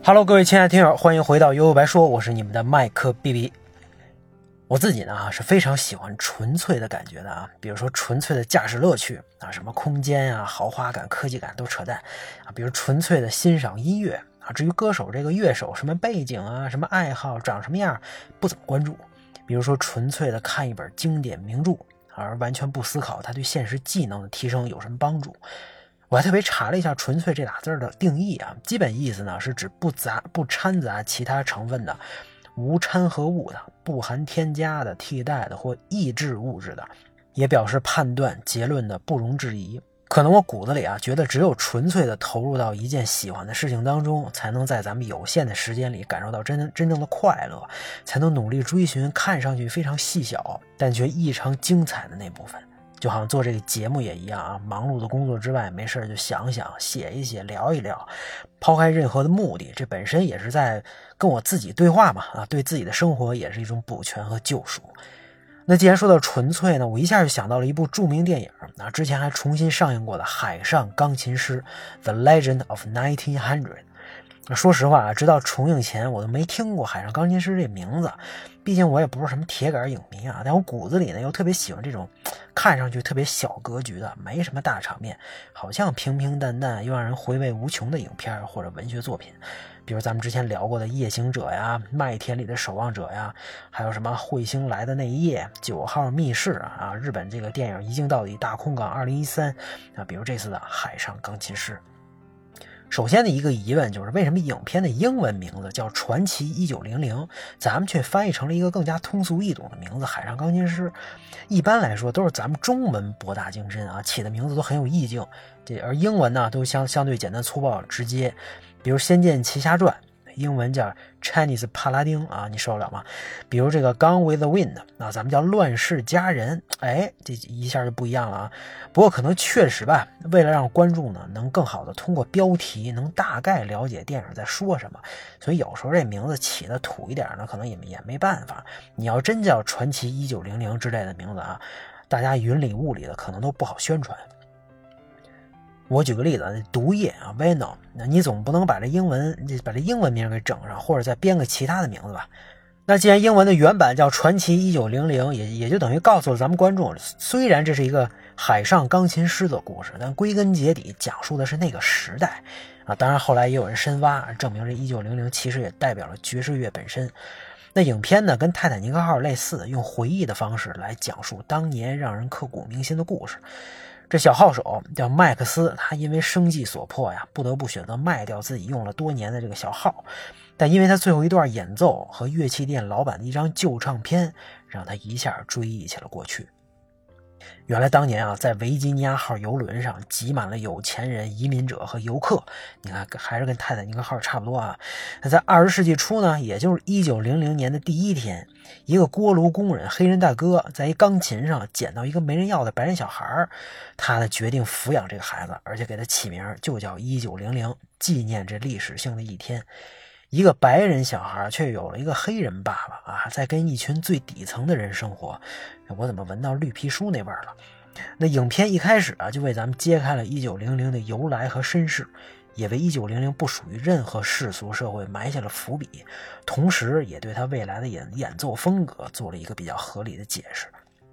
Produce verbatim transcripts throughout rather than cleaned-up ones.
Hello， 各位亲爱的听友，欢迎回到悠悠白说，我是你们的麦克 B B。我自己呢啊是非常喜欢纯粹的感觉的啊，比如说纯粹的驾驶乐趣啊，什么空间啊、豪华感、科技感都扯淡啊，比如纯粹的欣赏音乐啊，至于歌手这个乐手什么背景啊、什么爱好、长什么样，不怎么关注。比如说纯粹的看一本经典名著，而完全不思考它对现实技能的提升有什么帮助。我还特别查了一下纯粹这俩字的定义啊，基本意思呢是指不杂不掺杂其他成分的，无掺合物的，不含添加的、替代的或抑制物质的，也表示判断结论的不容置疑。可能我骨子里啊觉得只有纯粹的投入到一件喜欢的事情当中，才能在咱们有限的时间里感受到真真正的快乐，才能努力追寻看上去非常细小但却异常精彩的那部分。就好像做这个节目也一样啊，忙碌的工作之外没事就想想写一写聊一聊，抛开任何的目的，这本身也是在跟我自己对话嘛啊，对自己的生活也是一种补全和救赎。那既然说到纯粹呢，我一下就想到了一部著名电影啊，之前还重新上映过的《海上钢琴师》 The Legend of nineteen hundred。说实话啊，直到重映前我都没听过海上钢琴师这名字，毕竟我也不是什么铁杆影迷啊，但我骨子里呢又特别喜欢这种看上去特别小格局的，没什么大场面，好像平平淡淡又让人回味无穷的影片或者文学作品。比如咱们之前聊过的《夜行者》呀，《麦田里的守望者》呀，还有什么彗星来的那一夜、九号密室啊，日本这个电影一镜到底大空港二零一三啊，比如这次的海上钢琴师。首先的一个疑问就是，为什么影片的英文名字叫传奇一九零零，咱们却翻译成了一个更加通俗易懂的名字海上钢琴师。一般来说都是咱们中文博大精深啊，起的名字都很有意境，这而英文呢都相相对简单粗暴直接。比如《仙剑奇侠传》英文叫 Chinese 帕拉丁啊，你受得了吗？比如这个 Gone with the Wind 啊，咱们叫乱世佳人，哎，这一下就不一样了啊。不过可能确实吧，为了让观众呢能更好的通过标题能大概了解电影在说什么，所以有时候这名字起的土一点呢，可能也也没办法。你要真叫传奇一九零零之类的名字啊，大家云里雾里的可能都不好宣传。我举个例子，毒液啊 Venom， 你总不能把这英文把这英文名给整上，或者再编个其他的名字吧。那既然英文的原版叫传奇一九零零，也也就等于告诉了咱们观众，虽然这是一个海上钢琴师的故事，但归根结底讲述的是那个时代啊。当然后来也有人深挖，证明这一九零零其实也代表了爵士乐本身。那影片呢跟泰坦尼克号类似，用回忆的方式来讲述当年让人刻骨铭心的故事。这小号手叫麦克斯，他因为生计所迫呀，不得不选择卖掉自己用了多年的这个小号，但因为他最后一段演奏和乐器店老板的一张旧唱片，让他一下追忆起了过去。原来当年啊，在维吉尼亚号游轮上挤满了有钱人、移民者和游客，你看还是跟泰坦尼克号差不多啊。那在二十世纪初呢，也就是一九零零年的第一天，一个锅炉工人黑人大哥在一钢琴上捡到一个没人要的白人小孩，他呢决定抚养这个孩子，而且给他起名就叫一九零零，纪念这历史性的一天。一个白人小孩却有了一个黑人爸爸啊，在跟一群最底层的人生活。我怎么闻到绿皮书那味儿了？那影片一开始啊，就为咱们揭开了一九零零的由来和身世，也为一九零零不属于任何世俗社会埋下了伏笔，同时也对他未来的演演奏风格做了一个比较合理的解释。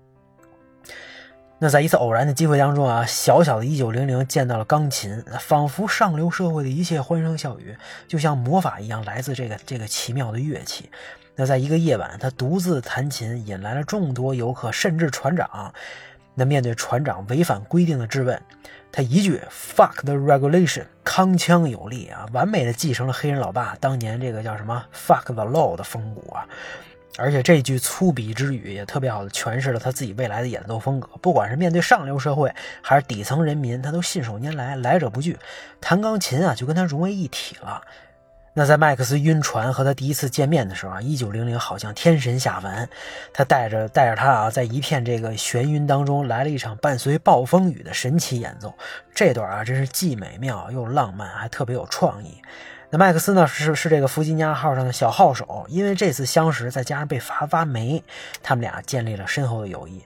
那在一次偶然的机会当中啊，小小的一九零零见到了钢琴，仿佛上流社会的一切欢声笑语就像魔法一样来自这个这个奇妙的乐器。那在一个夜晚，他独自弹琴，引来了众多游客，甚至船长。那面对船长违反规定的质问，他一句 fuck the regulation 铿锵有力啊，完美的继承了黑人老爸当年这个叫什么 fuck the law 的风骨啊。而且这句粗鄙之语也特别好的诠释了他自己未来的演奏风格，不管是面对上流社会还是底层人民，他都信手拈来，来者不拒，弹钢琴啊就跟他融为一体了。那在麦克斯晕船和他第一次见面的时候啊，一九零零好像天神下凡，他带着带着他啊，在一片这个眩晕当中来了一场伴随暴风雨的神奇演奏。这段啊真是既美妙又浪漫，还特别有创意。那麦克斯呢是是这个弗吉尼亚号上的小号手，因为这次相识再加上被罚挖煤，他们俩建立了深厚的友谊。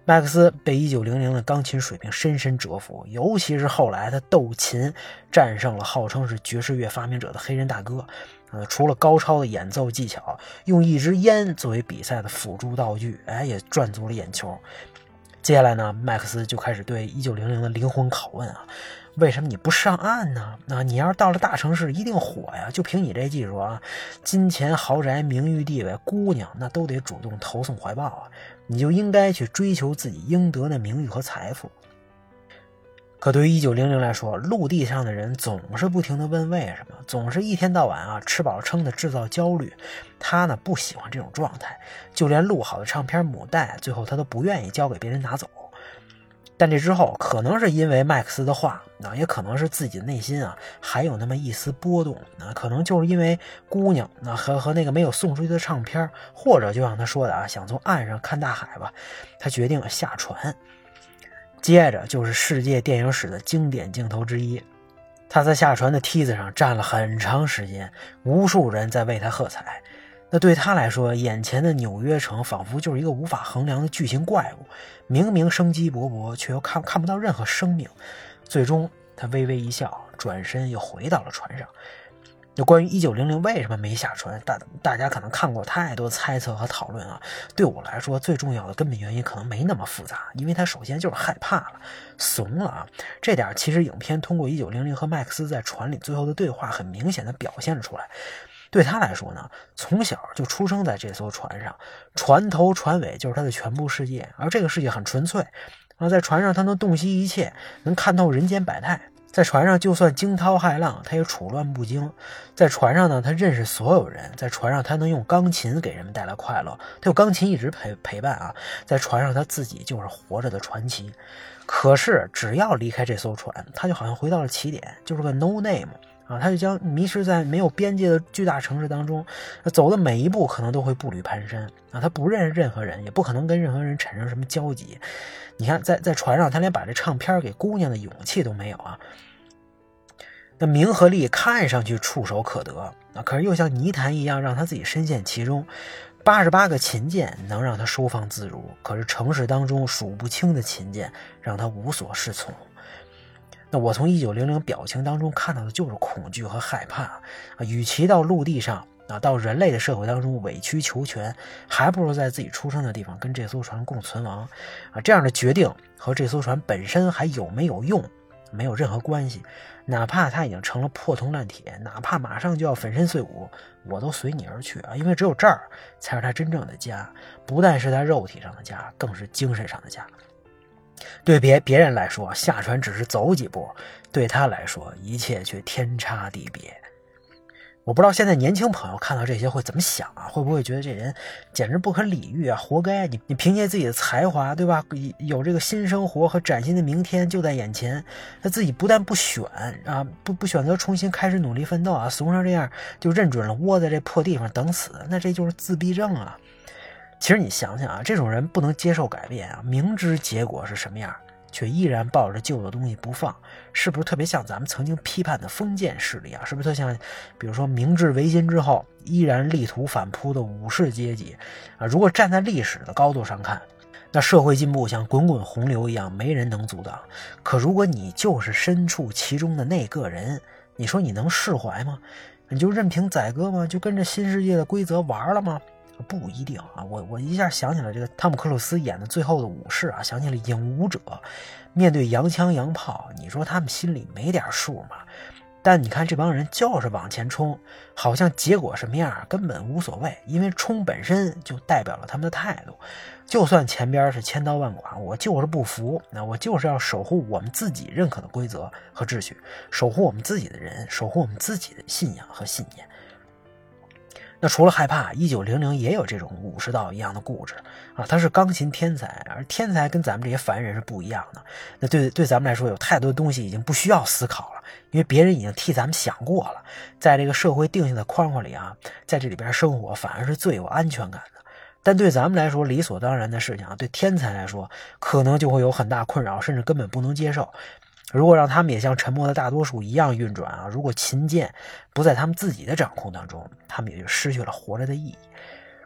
麦克斯被一九零零的钢琴水平深深折服，尤其是后来他斗琴战胜了号称是爵士乐发明者的黑人大哥。呃，除了高超的演奏技巧，用一支烟作为比赛的辅助道具，哎，也赚足了眼球。接下来呢，麦克斯就开始对一九零零的灵魂拷问啊，为什么你不上岸呢？啊，你要是到了大城市一定火呀，就凭你这技术啊，金钱、豪宅、名誉、地位、姑娘，那都得主动投送怀抱啊，你就应该去追求自己应得的名誉和财富。可对于一九零零来说，陆地上的人总是不停地问为什么，总是一天到晚啊吃饱撑的制造焦虑。他呢不喜欢这种状态，就连录好的唱片母带，最后他都不愿意交给别人拿走。但这之后，可能是因为麦克斯的话，那也可能是自己的内心啊还有那么一丝波动，那可能就是因为姑娘那和和那个没有送出去的唱片，或者就像他说的啊，想从岸上看大海吧，他决定下船。接着就是世界电影史的经典镜头之一，他在下船的梯子上站了很长时间，无数人在为他喝彩。那对他来说，眼前的纽约城仿佛就是一个无法衡量的巨型怪物，明明生机勃勃，却又看看不到任何生命。最终他微微一笑，转身又回到了船上。那关于一九零零为什么没下船，大大家可能看过太多猜测和讨论啊。对我来说，最重要的根本原因可能没那么复杂，因为他首先就是害怕了，怂了啊。这点其实影片通过一九零零和麦克斯在船里最后的对话，很明显的表现了出来。对他来说呢，从小就出生在这艘船上，船头船尾就是他的全部世界，而这个世界很纯粹。而在船上他能洞悉一切，能看透人间百态。在船上就算惊涛骇浪，他也处乱不惊。在船上呢，他认识所有人。在船上他能用钢琴给人们带来快乐，他有钢琴一直陪陪伴啊。在船上他自己就是活着的传奇。可是只要离开这艘船，他就好像回到了起点，就是个 no name 啊，他就将迷失在没有边界的巨大城市当中，走的每一步可能都会步履蹒跚啊。他不认识任何人，也不可能跟任何人产生什么交集。你看，在在船上，他连把这唱片给姑娘的勇气都没有啊。那名和利看上去触手可得，啊，可是又像泥潭一样让他自己深陷其中。八十八个琴键能让他收放自如，可是城市当中数不清的琴键让他无所适从。那我从一九零零表情当中看到的就是恐惧和害怕啊，与其到陆地上啊，到人类的社会当中委曲求全，还不如在自己出生的地方跟这艘船共存亡啊。这样的决定和这艘船本身还有没有用没有任何关系，哪怕它已经成了破铜烂铁，哪怕马上就要粉身碎骨，我都随你而去啊！因为只有这儿才是他真正的家，不但是他肉体上的家，更是精神上的家。对别别人来说，下船只是走几步，对他来说，一切却天差地别。我不知道现在年轻朋友看到这些会怎么想啊？会不会觉得这人简直不可理喻啊？活该！你你凭借自己的才华，对吧？有这个新生活和崭新的明天就在眼前，他自己不但不选啊，不不选择重新开始努力奋斗啊，怂成这样就认准了窝在这破地方等死，那这就是自闭症啊！其实你想想啊，这种人不能接受改变啊，明知结果是什么样，却依然抱着旧的东西不放，是不是特别像咱们曾经批判的封建势力啊？是不是特像比如说明治维新之后依然力图反扑的武士阶级啊？如果站在历史的高度上看，那社会进步像滚滚洪流一样，没人能阻挡。可如果你就是身处其中的那个人，你说你能释怀吗？你就任凭宰割吗？就跟着新世界的规则玩了吗？不一定啊！我我一下想起了这个汤姆克鲁斯演的《最后的武士》啊，想起了影武者，面对洋枪洋炮，你说他们心里没点数吗？但你看这帮人就是往前冲，好像结果什么样根本无所谓，因为冲本身就代表了他们的态度。就算前边是千刀万剐，我就是不服，那我就是要守护我们自己认可的规则和秩序，守护我们自己的人，守护我们自己的信仰和信念。那除了害怕，一九零零也有这种武士道一样的固执啊，他是钢琴天才，而天才跟咱们这些凡人是不一样的。那对对咱们来说，有太多的东西已经不需要思考了，因为别人已经替咱们想过了。在这个社会定下的框框里啊，在这里边生活反而是最有安全感的。但对咱们来说理所当然的事情啊，对天才来说可能就会有很大困扰，甚至根本不能接受。如果让他们也像沉默的大多数一样运转啊，如果琴键不在他们自己的掌控当中，他们也就失去了活着的意义。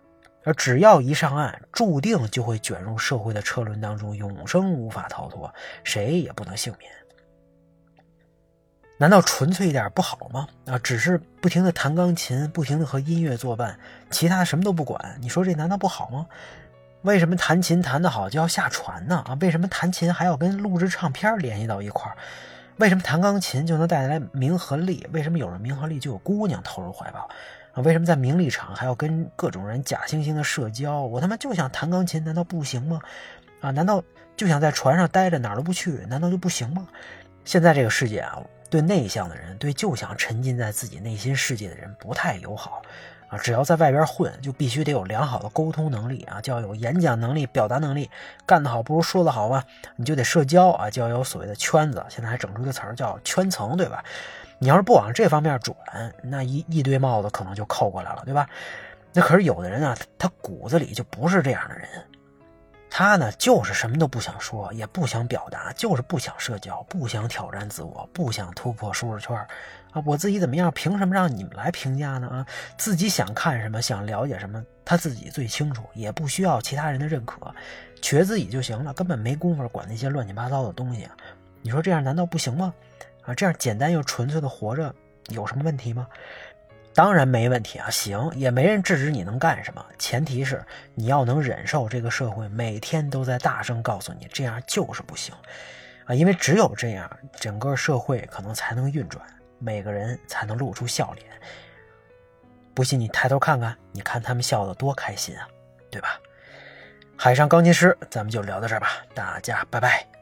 而只要一上岸，注定就会卷入社会的车轮当中，永生无法逃脱，谁也不能幸免。难道纯粹一点不好吗？啊，只是不停的弹钢琴，不停的和音乐作伴，其他什么都不管，你说这难道不好吗？为什么弹琴弹得好就要下船呢？啊，为什么弹琴还要跟录制唱片联系到一块儿？为什么弹钢琴就能带来名和利？为什么有了名和利就有姑娘投入怀抱？啊，为什么在名利场还要跟各种人假惺惺的社交？我他妈就想弹钢琴，难道不行吗？啊，难道就想在船上待着哪儿都不去，难道就不行吗？现在这个世界啊，对内向的人，对就想沉浸在自己内心世界的人不太友好啊！只要在外边混，就必须得有良好的沟通能力啊，就要有演讲能力、表达能力，干得好不如说得好嘛。你就得社交啊，就要有所谓的圈子，现在还整出个词儿叫圈层，对吧？你要是不往这方面转，那一一堆帽子可能就扣过来了，对吧？那可是有的人啊，他骨子里就不是这样的人。他呢，就是什么都不想说，也不想表达，就是不想社交，不想挑战自我，不想突破舒适圈啊！我自己怎么样，凭什么让你们来评价呢？啊，自己想看什么，想了解什么，他自己最清楚，也不需要其他人的认可，瘸自己就行了，根本没工夫管那些乱七八糟的东西啊！你说这样难道不行吗？啊，这样简单又纯粹的活着有什么问题吗？当然没问题啊，行，也没人制止你能干什么，前提是你要能忍受这个社会每天都在大声告诉你这样就是不行啊，因为只有这样，整个社会可能才能运转，每个人才能露出笑脸。不信你抬头看看，你看他们笑得多开心啊，对吧？海上钢琴师，咱们就聊到这儿吧，大家拜拜。